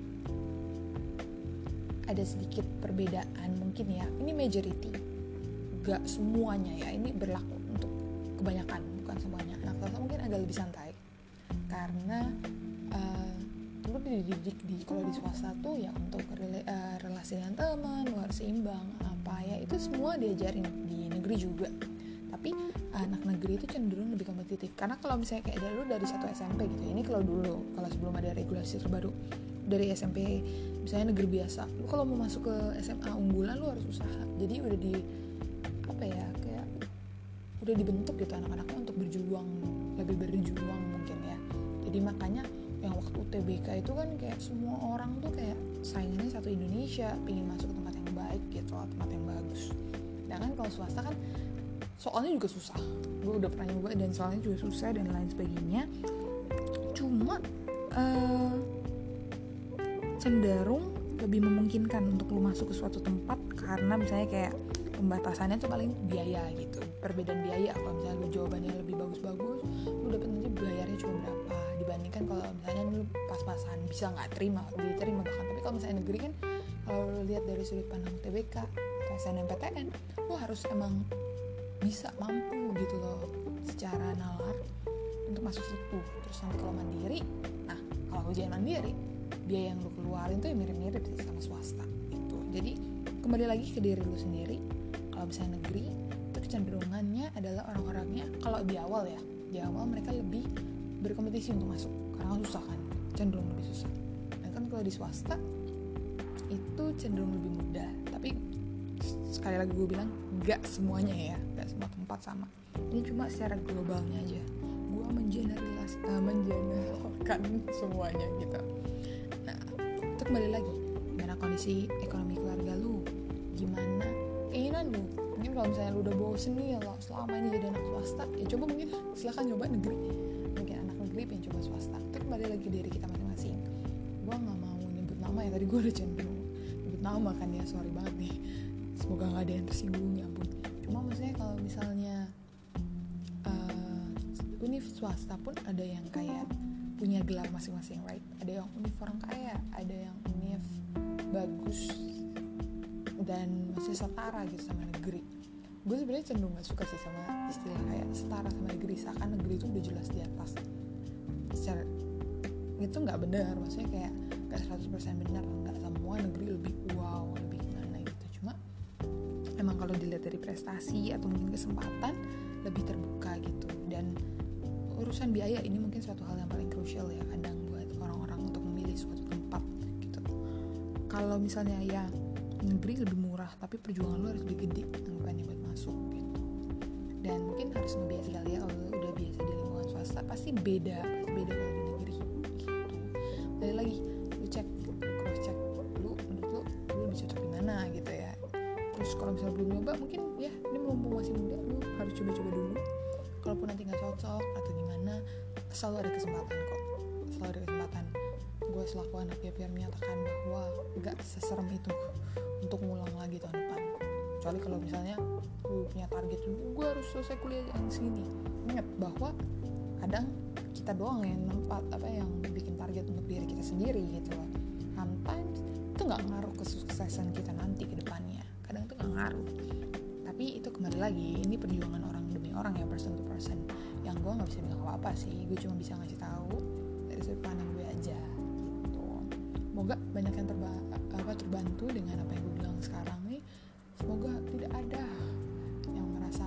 ada sedikit perbedaan mungkin ya, ini majority, gak semuanya ya, ini berlaku untuk kebanyakan, bukan semuanya. Anak swasta mungkin agak lebih santai karena uh, lu dididik di kalau di swasta tuh ya untuk rela, uh, relasi dengan teman, lu harus seimbang apa ya, itu semua diajarin di negeri juga. Tapi anak negeri itu cenderung lebih kompetitif, karena kalau misalnya kayak dari lu dari satu S M P gitu, ini kalau dulu, kalau sebelum ada regulasi terbaru dari S M P misalnya negeri biasa, lu kalau mau masuk ke S M A unggulan lu harus usaha. Jadi udah di apa ya, kayak udah dibentuk gitu anak-anaknya untuk berjuang, lebih berjuang mungkin ya. Jadi makanya yang waktu U T B K itu kan kayak semua orang tuh kayak saingannya satu Indonesia, pengen masuk ke tempat yang baik gitu, tempat yang bagus. Sedangkan kalau swasta kan soalnya juga susah, gue udah pernah nyoba dan soalnya juga susah dan lain sebagainya. Cuma uh, cenderung lebih memungkinkan untuk lu masuk ke suatu tempat, karena misalnya kayak pembatasannya tuh paling biaya gitu, perbedaan biaya. Kalau misalnya lu jawabannya lebih bagus-bagus, lu dapat nanti bayarnya cuma berapa, dibandingkan kalau misalnya lu pas-pasan bisa nggak terima, diterima bahkan. Tapi kalau misalnya negeri kan, kalau lu lihat dari sudut pandang U T B K atau S N M P T N, lu harus emang bisa mampu gitu loh secara nalar untuk masuk situ. Terus nanti kalau mandiri, nah kalau ujian mandiri, biaya yang lu keluarin tuh ya mirip-mirip sih sama swasta gitu. Jadi kembali lagi ke diri lu sendiri. Kalau misalnya negeri, itu kecenderungannya adalah orang-orangnya, kalau di awal ya, di awal mereka lebih berkompetisi untuk masuk, karena susah kan, cenderung lebih susah. Dan kan kalau di swasta itu cenderung lebih mudah. Tapi sekali lagi gue bilang, gak semuanya ya, gak semua tempat sama. Ini cuma secara globalnya aja, gue mengeneralitas, uh, mengeneralkan semuanya gitu. Nah, itu kembali lagi, gimana kondisi ekonomi keluarga lu, gimana keinginan lu. Mungkin kalau misalnya lu udah bosen nih ya selama ini jadi anak swasta, ya coba mungkin silahkan nyoba negeri. Mungkin anak negeri pengen coba swasta. Itu kembali lagi dari kita masing-masing. Gue gak mau nyebut nama ya, tadi gue udah cenderung nyebut nama kan ya, sorry banget nih, semoga gak ada yang tersinggung, ya ampun. Cuma maksudnya kalau misalnya uh, univ swasta pun ada yang kayak punya gelar masing-masing, right? Ada yang univ orang kaya, ada yang univ bagus dan masih setara gitu sama negeri. Gue sebenarnya cenderung gak suka sih sama istilah kayak setara sama negeri, seakan negeri itu udah jelas di atas. Secara itu gak benar, maksudnya kayak gak seratus persen benar, gak semua negeri lebih wow, lebih gimana gitu. Cuma emang kalau dilihat dari prestasi atau mungkin kesempatan, lebih terbuka gitu. Dan urusan biaya ini mungkin suatu hal yang paling krusial ya kadang buat orang-orang untuk memilih suatu tempat gitu. Kalau misalnya ya negeri lebih murah, tapi perjuangan lu harus lebih gede anggapannya buat masuk gitu. Dan mungkin harus ngebiasa kali ya, kalau lu udah biasa di lingkungan swasta pasti beda, pasti beda kalau di negeri gitu. Dari lagi lu cek, lu cross check, lu menurut lu lu lebih cocok di mana gitu ya. Terus kalau misalnya belum nyoba, mungkin ya ini mumpung masih muda, lu harus coba-coba dulu. Kalaupun nanti nggak cocok atau gimana, selalu ada kesempatan kok, selalu ada kesempatan. Gue selaku anak ya biar menyatakan bahwa nggak seserem itu untuk ngulang lagi tahun depan. Kecuali kalau misalnya gue punya target, gue harus selesai kuliah yang segini. Ingat bahwa kadang kita doang yang nempat apa yang bikin target untuk diri kita sendiri gitu loh. Sometimes itu nggak ngaruh kesuksesan kita nanti ke depannya. Kadang itu nggak ngaruh. Tapi itu kembali lagi, ini perjuangan orang demi orang ya, person to person. Yang gue nggak bisa bilang apa-apa sih. Gue cuma bisa ngasih tahu dari sudut pandang gue aja. Semoga banyak yang terba- apa, terbantu dengan apa yang gue bilang sekarang nih. Semoga tidak ada yang merasa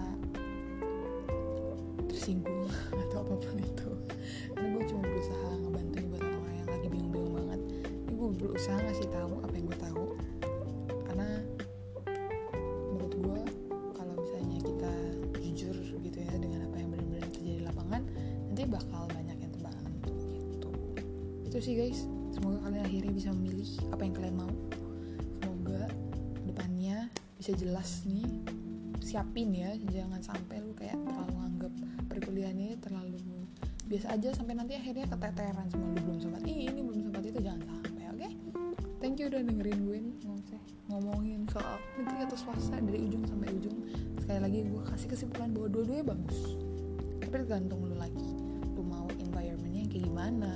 tersinggung atau apapun itu. Karena gue cuma berusaha ngebantuin buat orang-orang yang lagi bingung-bingung banget. Ini gue berusaha ngasih tahu apa yang gue tahu. Karena menurut gue kalau misalnya kita jujur gitu ya dengan apa yang benar-benar terjadi di lapangan, nanti bakal banyak yang terbantu gitu. Itu sih guys. Semoga kalian akhirnya bisa memilih apa yang kalian mau. Semoga depannya bisa jelas nih. Siapin ya, jangan sampai lu kayak terlalu anggap perkuliahan ini terlalu biasa aja sampai nanti akhirnya keteteran semua, lu belum sempat ini, ini belum sempat itu, jangan sampai, oke? Okay? Thank you udah dengerin gue nih ngomongin soal negeri atau swasta dari ujung sampai ujung. Sekali lagi gue kasih kesimpulan bahwa dua-duanya bagus. Tapi tergantung lu lagi. Lu mau environment-nya kayak gimana?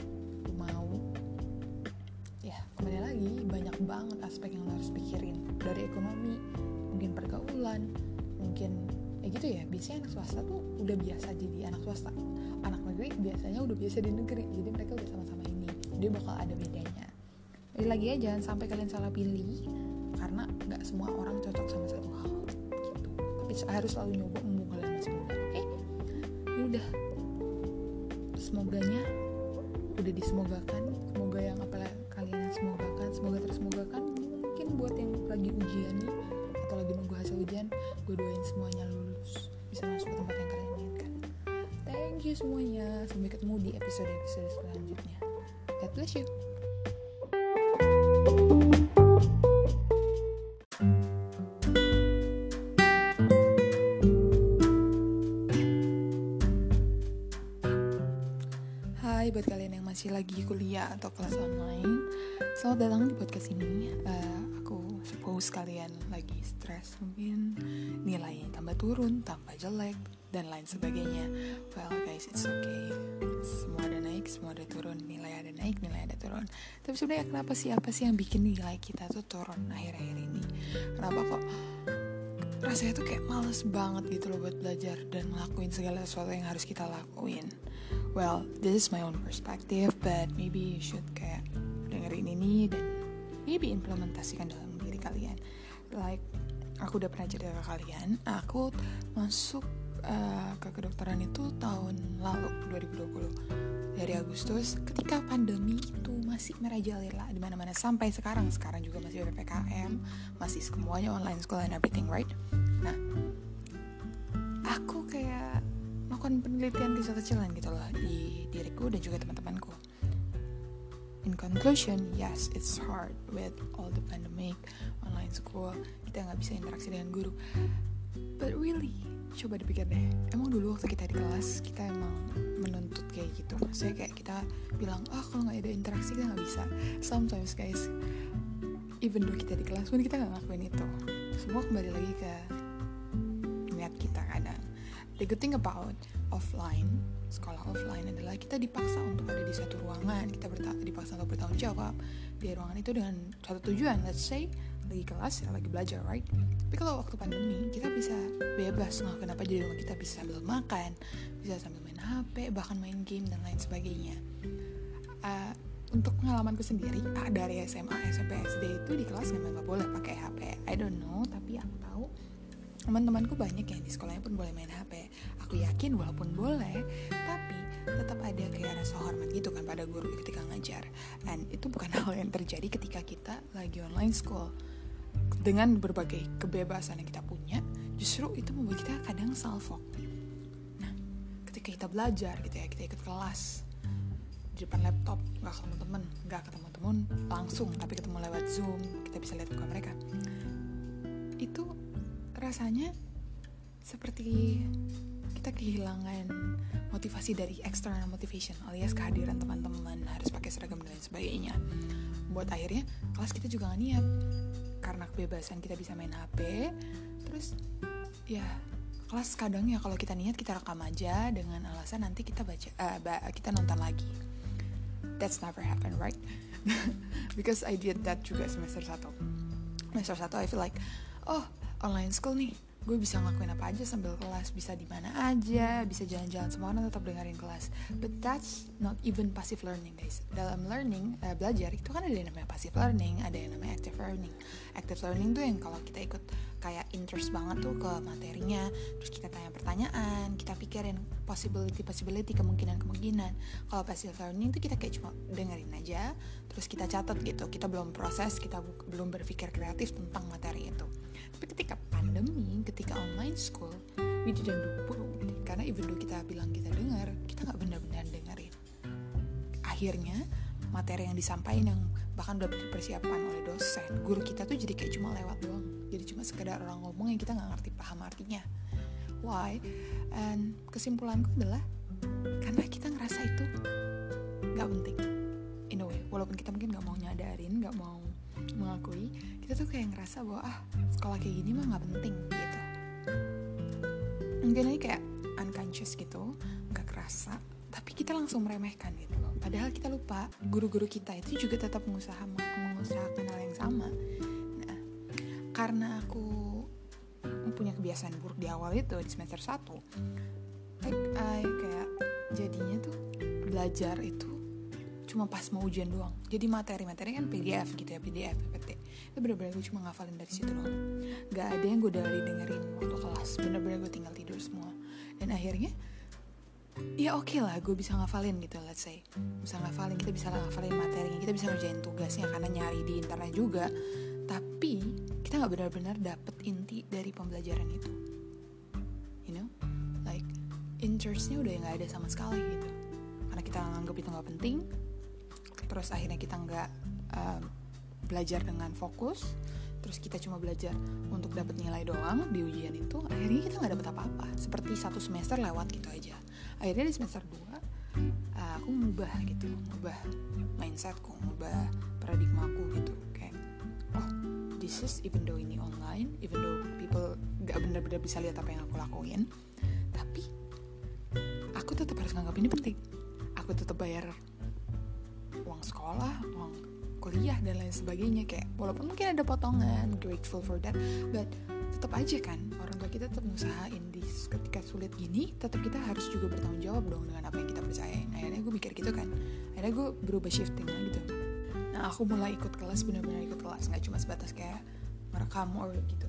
Kembali lagi, banyak banget aspek yang lo harus pikirin. Dari ekonomi, mungkin pergaulan, mungkin ya gitu ya. Biasanya anak swasta tuh udah biasa jadi anak swasta. Anak negeri biasanya udah biasa di negeri. Jadi mereka udah sama-sama ini. Dia bakal ada bedanya. Lagi lagi ya, jangan sampai kalian salah pilih. Karena gak semua orang cocok sama satu hal gitu. Tapi harus selalu nyoba mumpung kalian masih muda, oke? Okay? Ini udah semoganya udah disemogakan. Semoga yang apa kalian semogakan, semoga tersemogakan. Mungkin buat yang lagi ujian nih atau lagi nunggu hasil ujian, gue doain semuanya lulus, bisa masuk ke tempat yang kalian inginkan. Thank you semuanya. Sampai ketemu di episode-episode selanjutnya. God bless you. Hai buat kalian yang masih lagi kuliah atau kelas online, Selamat datang di podcast ini. uh, Aku suppose kalian lagi stres, mungkin nilainya tambah turun, tambah jelek, dan lain sebagainya. Well guys, it's okay. Semua ada naik, semua ada turun. Nilai ada naik, nilai ada turun. Tapi sebenarnya kenapa sih, apa sih yang bikin nilai kita tuh turun akhir-akhir ini? Kenapa kok rasanya tuh kayak males banget gitu loh buat belajar dan ngelakuin segala sesuatu yang harus kita lakuin? Well, this is my own perspective, but maybe you should kayak dengerin ini dan maybe implementasikan dalam diri kalian. Like, aku udah pernah cerita ke kalian, aku masuk uh, ke kedokteran itu tahun lalu, dua ribu dua puluh, dari Agustus, ketika pandemi itu masih merajalela di mana-mana sampai sekarang. Sekarang juga masih P P K M, masih semuanya online school and everything, right? Nah, aku kayak melakukan penelitian kecil-kecilan gitu loh di diriku dan juga teman-temanku. In conclusion, yes, it's hard with all the pandemic, online school, kita nggak bisa interaksi dengan guru. But really, coba dipikir deh, emang dulu waktu kita di kelas, kita emang menuntut kayak gitu? Maksudnya kayak kita bilang, ah oh, kalau nggak ada interaksi kita nggak bisa. Sometimes guys, even though kita di kelas pun kita nggak ngelakuin itu. Semua kembali lagi ke niat kita kadang. The good thing about offline, sekolah offline adalah kita dipaksa untuk ada di satu ruangan, kita berta- dipaksa untuk bertanggung jawab di ruangan itu dengan satu tujuan. Let's say lagi kelas, ya lagi belajar, right? Tapi kalau waktu pandemi, kita bisa bebas ngelakuin apa di rumah kita, bisa sambil makan, bisa sambil main H P, bahkan main game dan lain sebagainya. Uh, untuk pengalamanku sendiri, uh, dari S M A, S M P, S D itu di kelas memang nggak boleh pakai H P. I don't know, tapi aku tahu teman-temanku banyak yang di sekolahnya pun boleh main H P. Aku yakin walaupun boleh, tapi tetap ada kayak rasa hormat gitu kan pada guru ketika ngajar. Dan itu bukan hal yang terjadi ketika kita lagi online school. Dengan berbagai kebebasan yang kita punya, justru itu membuat kita kadang salfok. Nah, ketika kita belajar gitu ya, kita ikut kelas di depan laptop, gak ketemu temen, gak ketemu temen langsung, tapi ketemu lewat Zoom, kita bisa lihat muka mereka. Itu rasanya seperti kita kehilangan motivasi dari external motivation, alias kehadiran teman-teman, harus pakai seragam dan lain sebagainya. Buat akhirnya kelas kita juga gak niat, karena kebebasan kita bisa main H P. Terus ya kelas kadang ya kalau kita niat kita rekam aja dengan alasan nanti kita baca uh, ba- kita nonton lagi. That's never happen, right? Because I did that juga semester satu. Semester satu I feel like, oh online school nih, gue bisa ngelakuin apa aja sambil kelas, bisa di mana aja, bisa jalan-jalan sama orang tetap dengerin kelas. But that's not even passive learning guys. Dalam learning, uh, belajar itu kan ada yang namanya passive learning, ada yang namanya active learning. Active learning tuh yang kalau kita ikut kayak interest banget tuh ke materinya, terus kita tanya pertanyaan, kita pikirin possibility-possibility, kemungkinan-kemungkinan. Kalau passive learning tuh kita kayak cuma dengerin aja, terus kita catat gitu, kita belum proses, kita bu- belum berpikir kreatif tentang materi itu. Tapi ketika pandemi, ketika online school, we didn't do both. Karena even though kita bilang kita dengar, kita gak benar-benar dengerin. Akhirnya, materi yang disampaikan yang bahkan udah dipersiapkan oleh dosen, guru kita tuh jadi kayak cuma lewat doang. Jadi cuma sekedar orang ngomong yang kita gak ngerti paham artinya. Why? And kesimpulanku adalah karena kita ngerasa itu gak penting. In a way, walaupun kita mungkin gak mau nyadarin, gak mau mengakui, kita tuh kayak ngerasa bahwa ah sekolah kayak gini mah nggak penting gitu. Mungkin aja kayak unconscious gitu, nggak kerasa, tapi kita langsung meremehkan gitu loh. Padahal kita lupa guru-guru kita itu juga tetap mengusaha mengusahakan hal yang sama. Nah, karena aku mempunyai kebiasaan buruk di awal itu di semester satu, like I kayak jadinya tuh belajar itu cuma pas mau ujian doang. Jadi materi-materi kan P D F gitu ya, P D F, P P T. Itu bener-bener gue cuma ngafalin dari situ doang. Gak ada yang gue dari dengerin waktu kelas. Bener-bener gue tinggal tidur semua. Dan akhirnya, ya oke okay lah gue bisa ngafalin gitu, let's say. Bisa ngafalin, kita bisa ngafalin materinya, kita bisa ngerjain tugasnya karena nyari di internet juga. Tapi, kita gak benar-benar dapet inti dari pembelajaran itu. You know? Like, interest-nya udah gak ada sama sekali gitu. Karena kita nganggap itu gak penting. Terus akhirnya kita nggak uh, belajar dengan fokus, terus kita cuma belajar untuk dapat nilai doang di ujian itu. Akhirnya kita nggak dapat apa-apa, seperti satu semester lewat gitu aja. Akhirnya di semester dua uh, aku ngubah gitu, ngubah mindsetku, ngubah paradigmaku gitu. Kayak oh this is, even though ini online, even though people gak benar-benar bisa lihat apa yang aku lakuin, tapi aku tetap harus nganggap ini penting. Aku tetap bayar uang sekolah, uang kuliah dan lain sebagainya. Kayak walaupun mungkin ada potongan, grateful for that, but tetap aja kan orang tua kita tetap ngusahain di ketika sulit gini, tetap kita harus juga bertanggung jawab dong dengan apa yang kita percayain. Akhirnya gue mikir gitu kan, akhirnya gue berubah shifting lah gitu. Nah aku mulai ikut kelas, benar-benar ikut kelas, nggak cuma sebatas kayak merekam or gitu.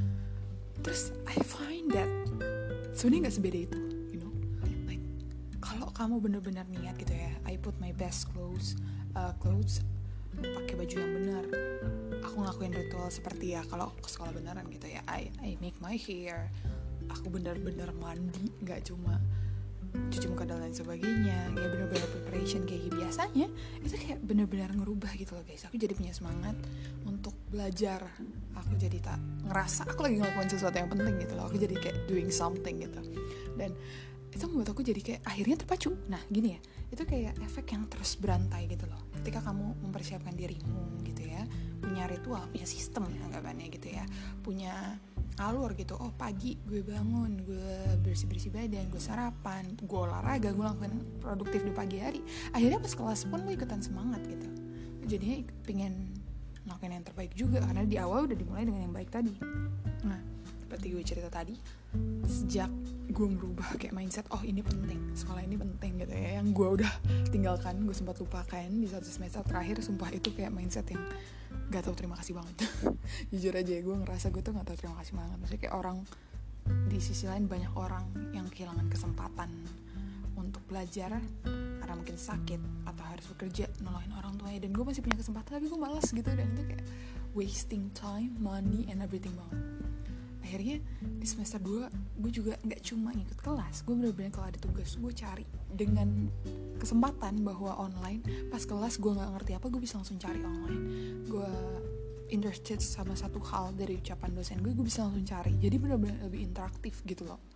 Terus I find that sebenarnya nggak sebeda itu, you know, like kalau kamu benar-benar niat gitu ya, I put my best clothes, uh, clothes, pakai baju yang benar. Aku ngelakuin ritual seperti ya kalau ke sekolah beneran gitu ya, I I make my hair, aku benar-benar mandi, nggak cuma cuci muka dan lain sebagainya, ya benar-benar preparation kayak biasanya. Itu kayak benar-benar ngerubah gitu loh guys. Aku jadi punya semangat untuk belajar. Aku jadi tak ngerasa aku lagi ngelakuin sesuatu yang penting gitu loh. Aku jadi kayak doing something gitu. Dan itu membuat aku jadi kayak akhirnya terpacu. Nah gini ya, itu kayak efek yang terus berantai gitu loh. Ketika kamu mempersiapkan dirimu gitu ya, punya ritual, punya sistem anggapannya gitu ya, punya alur gitu. Oh pagi gue bangun, gue bersih-bersih badan, gue sarapan, gue olahraga, gue lakukan produktif di pagi hari. Akhirnya pas kelas pun lo ikutan semangat gitu. Jadinya pengen ngelakuin yang terbaik juga, karena di awal udah dimulai dengan yang baik tadi. Nah seperti gue cerita tadi, sejak gue merubah kayak mindset, oh ini penting, sekolah ini penting gitu ya, yang gue udah tinggalkan, gue sempat lupakan di satu semester terakhir. Sumpah itu kayak mindset yang gak tahu terima kasih banget. Jujur aja ya, gue ngerasa gue tuh gak tahu terima kasih banget. Maksudnya kayak orang, di sisi lain banyak orang yang kehilangan kesempatan untuk belajar karena mungkin sakit atau harus bekerja nolongin orang tuanya, dan gue masih punya kesempatan tapi gue malas gitu. Dan itu kayak wasting time, money, and everything banget. Akhirnya di semester dua gue juga gak cuma ngikut kelas, gue bener-bener kalau ada tugas gue cari dengan kesempatan bahwa online. Pas kelas gue gak ngerti apa, gue bisa langsung cari online. Gue interested sama satu hal dari ucapan dosen gue, gue bisa langsung cari. Jadi bener-bener lebih interaktif gitu loh.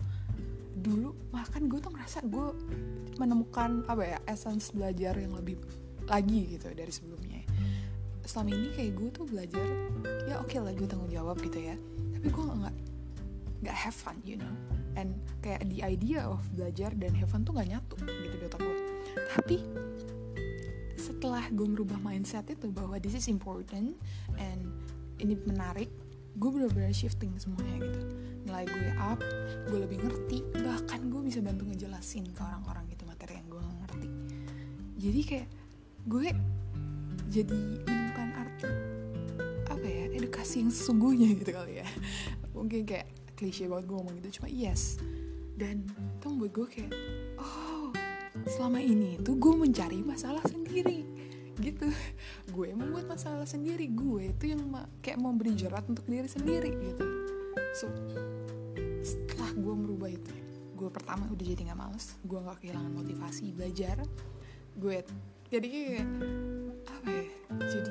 Dulu bahkan gue tuh ngerasa gue menemukan apa ya, essence belajar yang lebih lagi gitu dari sebelumnya. Selama ini kayak gue tuh belajar, ya oke okay lah gue tanggung jawab gitu ya, tapi gue gak, gak have fun, you know. And kayak the idea of belajar dan have fun tuh gak nyatu gitu di otak gue. Tapi setelah gue merubah mindset itu bahwa this is important and ini menarik, gue benar-benar shifting semuanya gitu. Nilai gue up, gue lebih ngerti, bahkan gue bisa bantu ngejelasin ke orang-orang gitu materi yang gue gak ngerti. Jadi kayak gue jadi menemukan arti apa ya, edukasi yang sesungguhnya gitu kali ya. Mungkin kayak klise banget gue ngomong gitu, cuma yes. Dan itu membuat gue kayak, oh selama ini tuh gue mencari masalah sendiri gitu. Gue membuat masalah sendiri, gue itu yang ma- kayak mau beri jerat untuk diri sendiri gitu. So setelah gue merubah itu, gue pertama udah jadi gak males, gue gak kehilangan motivasi belajar. Gue jadi kayak apa ya, jadi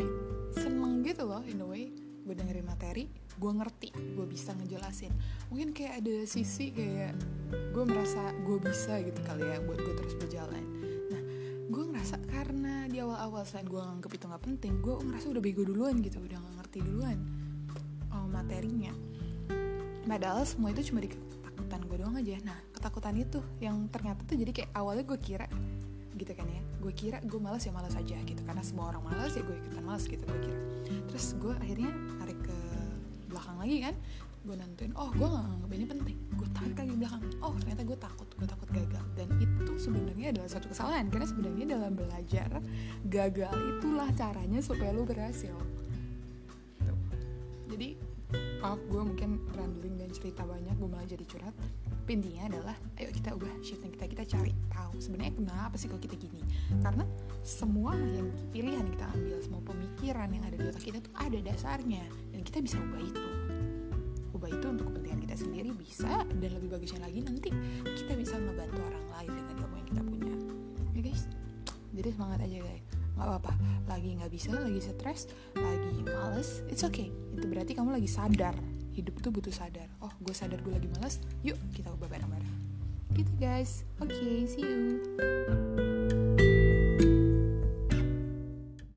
seneng gitu loh in a way. Gue dengerin materi, gue ngerti, gue bisa ngejelasin. Mungkin kayak ada sisi kayak gue merasa gue bisa gitu kali ya buat gue terus berjalan. Nah gue ngerasa karena di awal-awal selain gue nganggep itu gak penting, gue ngerasa udah bego duluan gitu, udah gak ngerti duluan oh, materinya. Padahal semua itu cuma di ketakutan gue doang aja. Nah ketakutan itu yang ternyata tuh jadi kayak awalnya gue kira gitu kan ya, gue kira gue malas ya malas aja gitu, karena semua orang malas ya gue ikutan malas gitu gue kira. Terus gue akhirnya tarik ke belakang lagi kan, gue nentuin oh gue gak nganggep ini penting, gue tarik lagi belakang, oh ternyata gue takut, gue takut gagal. Dan itu sebenarnya adalah satu kesalahan, karena sebenarnya dalam belajar gagal itulah caranya supaya lo berhasil tuh. Jadi maaf gue mungkin rambling dan cerita banyak, gue malah jadi curhat. Intinya adalah ayo kita ubah shifting kita, kita cari tahu sebenarnya kenapa sih kok kita gini. Karena semua yang pilihan yang kita ambil, semua pemikiran yang ada di otak kita tuh ada dasarnya, dan kita bisa ubah itu. Ubah itu untuk kepentingan kita sendiri bisa, dan lebih bagusnya lagi nanti kita bisa ngebantu orang lain dengan ilmu yang kita punya. Ya guys, jadi semangat aja guys. Gak apa-apa, lagi gak bisa, lagi stres, lagi males, it's okay. Itu berarti kamu lagi sadar. Hidup tuh butuh sadar. Oh gue sadar gue lagi malas, yuk kita ubah bareng-bareng. gitu guys. Oke, okay, see you.